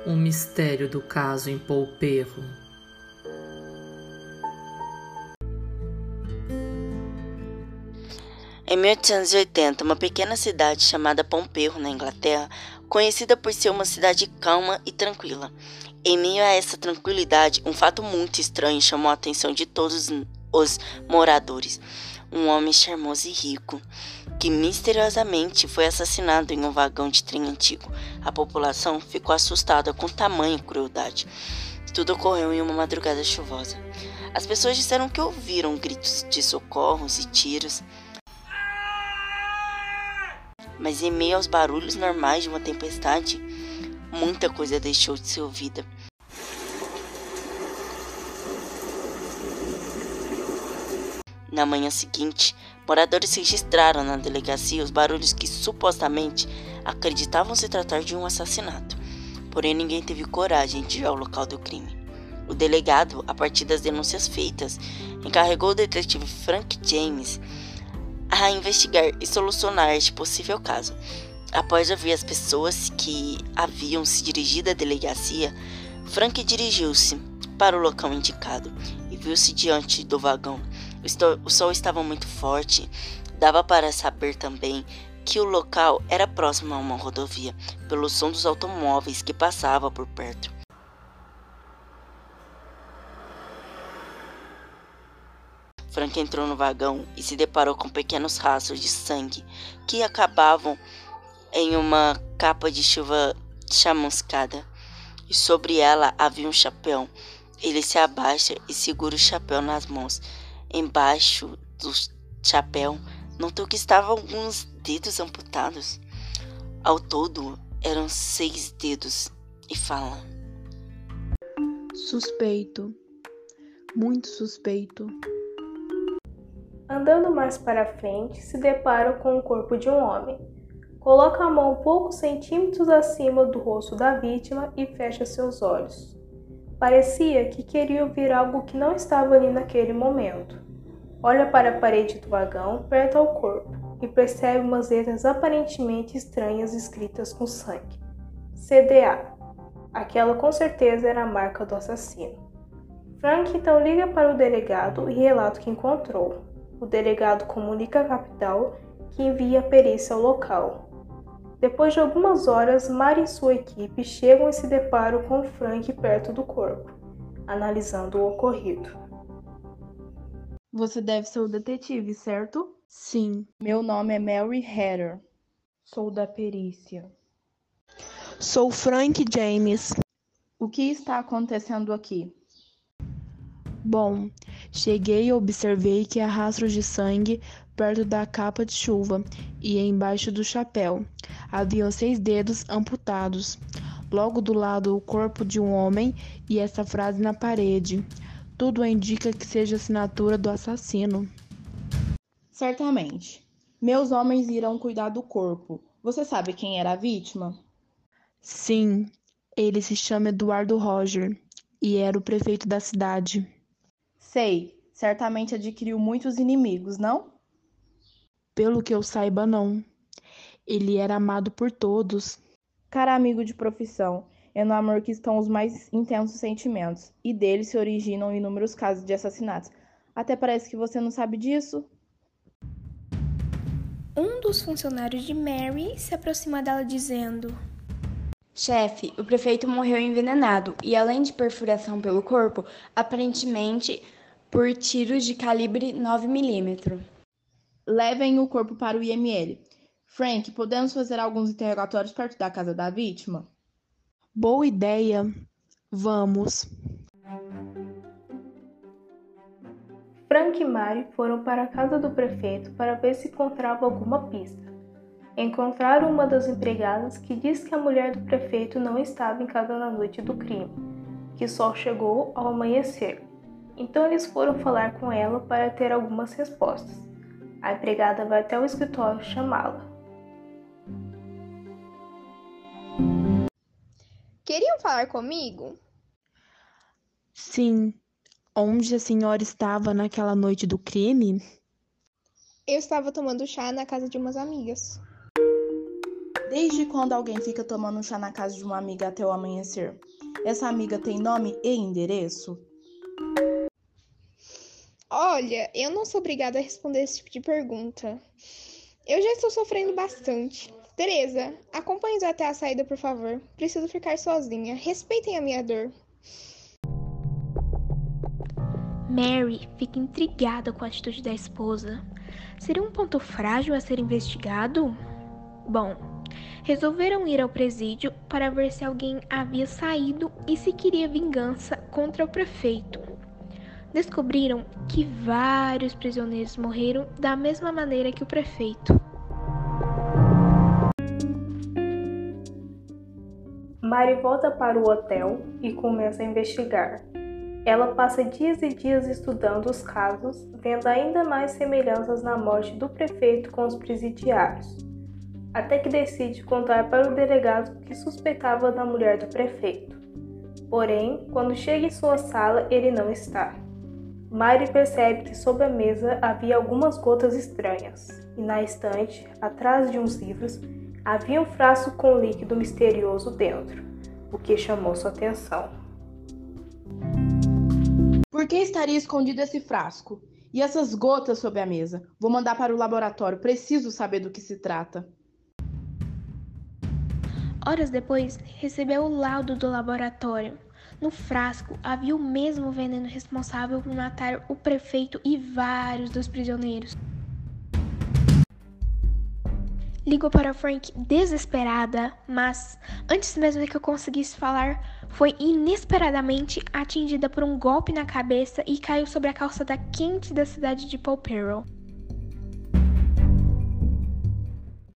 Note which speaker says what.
Speaker 1: o mistério do caso em Polperro.
Speaker 2: Em 1880, uma pequena cidade chamada Polperro, na Inglaterra, conhecida por ser uma cidade calma e tranquila. Em meio a essa tranquilidade, um fato muito estranho chamou a atenção de todos os moradores. Um homem charmoso e rico, que misteriosamente foi assassinado em um vagão de trem antigo. A população ficou assustada com tamanha crueldade. Tudo ocorreu em uma madrugada chuvosa. As pessoas disseram que ouviram gritos de socorros e tiros, mas em meio aos barulhos normais de uma tempestade, muita coisa deixou de ser ouvida. Na manhã seguinte, moradores registraram na delegacia os barulhos que supostamente acreditavam se tratar de um assassinato. Porém, ninguém teve coragem de ir ao local do crime. O delegado, a partir das denúncias feitas, encarregou o detetive Frank James a investigar e solucionar este possível caso. Após ouvir as pessoas que haviam se dirigido à delegacia, Frank dirigiu-se para o local indicado e viu-se diante do vagão. O sol estava muito forte, dava para saber também que o local era próximo a uma rodovia, pelo som dos automóveis que passavam por perto. Frank entrou no vagão e se deparou com pequenos rastros de sangue que acabavam em uma capa de chuva chamuscada, e sobre ela havia um chapéu. Ele se abaixa e segura o chapéu nas mãos. Embaixo do chapéu, notou que estavam alguns dedos amputados. Ao todo, eram 6 dedos. E fala:
Speaker 3: Suspeito. Muito suspeito.
Speaker 4: Andando mais para frente, se deparam com o corpo de um homem. Coloca a mão poucos centímetros acima do rosto da vítima e fecha seus olhos. Parecia que queria ouvir algo que não estava ali naquele momento. Olha para a parede do vagão, perto ao corpo, e percebe umas letras aparentemente estranhas escritas com sangue. CDA. Aquela com certeza era a marca do assassino. Frank então liga para o delegado e relata o que encontrou. O delegado comunica à capital que envia a perícia ao local. Depois de algumas horas, Mari e sua equipe chegam e se deparam com Frank perto do corpo, analisando o ocorrido.
Speaker 5: Você deve ser o detetive, certo?
Speaker 3: Sim,
Speaker 5: Meu nome é Mary Hatter.
Speaker 3: sou da perícia.
Speaker 6: Sou Frank James.
Speaker 5: O que está acontecendo aqui?
Speaker 6: Bom, cheguei e observei que há rastros de sangue perto da capa de chuva e embaixo do chapéu. Haviam 6 dedos amputados. Logo do lado, o corpo de um homem e essa frase na parede. Tudo indica que seja a assinatura do assassino.
Speaker 5: Certamente. Meus homens irão cuidar do corpo. Você sabe quem era a vítima?
Speaker 6: Sim, ele se chama Eduardo Roger e era o prefeito da cidade.
Speaker 5: Sei. Certamente adquiriu muitos inimigos, não?
Speaker 6: Pelo que eu saiba, não. Ele era amado por todos.
Speaker 5: Cara amigo de profissão, é no amor que estão os mais intensos sentimentos, e dele se originam inúmeros casos de assassinatos. Até parece que você não sabe disso.
Speaker 7: Um dos funcionários de Mary se aproxima dela dizendo:
Speaker 8: Chefe, o prefeito morreu envenenado e, além de perfuração pelo corpo, aparentemente por tiros de calibre 9mm.
Speaker 5: Levem o corpo para o IML. Frank, podemos fazer alguns interrogatórios perto da casa da vítima?
Speaker 6: Boa ideia. Vamos.
Speaker 4: Frank e Mary foram para a casa do prefeito para ver se encontrava alguma pista. Encontraram uma das empregadas que diz que a mulher do prefeito não estava em casa na noite do crime, que só chegou ao amanhecer. Então eles foram falar com ela para ter algumas respostas. A empregada vai até o escritório chamá-la.
Speaker 9: Queriam falar comigo?
Speaker 6: Sim. Onde a senhora estava naquela noite do crime?
Speaker 9: Eu estava tomando chá na casa de umas amigas.
Speaker 5: Desde quando alguém fica tomando chá na casa de uma amiga até o amanhecer? Essa amiga tem nome e endereço?
Speaker 9: Olha, eu não sou obrigada a responder esse tipo de pergunta. Eu já estou sofrendo bastante. Teresa, acompanhe-nos até a saída, por favor. Preciso ficar sozinha. Respeitem a minha dor.
Speaker 7: Mary fica intrigada com a atitude da esposa. Seria um ponto frágil a ser investigado? Bom, resolveram ir ao presídio para ver se alguém havia saído e se queria vingança contra o prefeito. Descobriram que vários prisioneiros morreram da mesma maneira que o prefeito.
Speaker 4: Mary volta para o hotel e começa a investigar. Ela passa dias e dias estudando os casos, vendo ainda mais semelhanças na morte do prefeito com os presidiários, até que decide contar para o delegado que suspeitava da mulher do prefeito. Porém, quando chega em sua sala, ele não está. Mary percebe que sob a mesa havia algumas gotas estranhas, e na estante, atrás de uns livros, havia um frasco com líquido misterioso dentro, o que chamou sua atenção.
Speaker 5: Por que estaria escondido esse frasco? E essas gotas sob a mesa? Vou mandar para o laboratório, preciso saber do que se trata.
Speaker 7: Horas depois, recebeu o laudo do laboratório. No frasco havia o mesmo veneno responsável por matar o prefeito e vários dos prisioneiros. Ligou para Frank desesperada, mas, antes mesmo de que eu conseguisse falar, foi inesperadamente atingida por um golpe na cabeça e caiu sobre a calçada quente da cidade de Paul Perrell.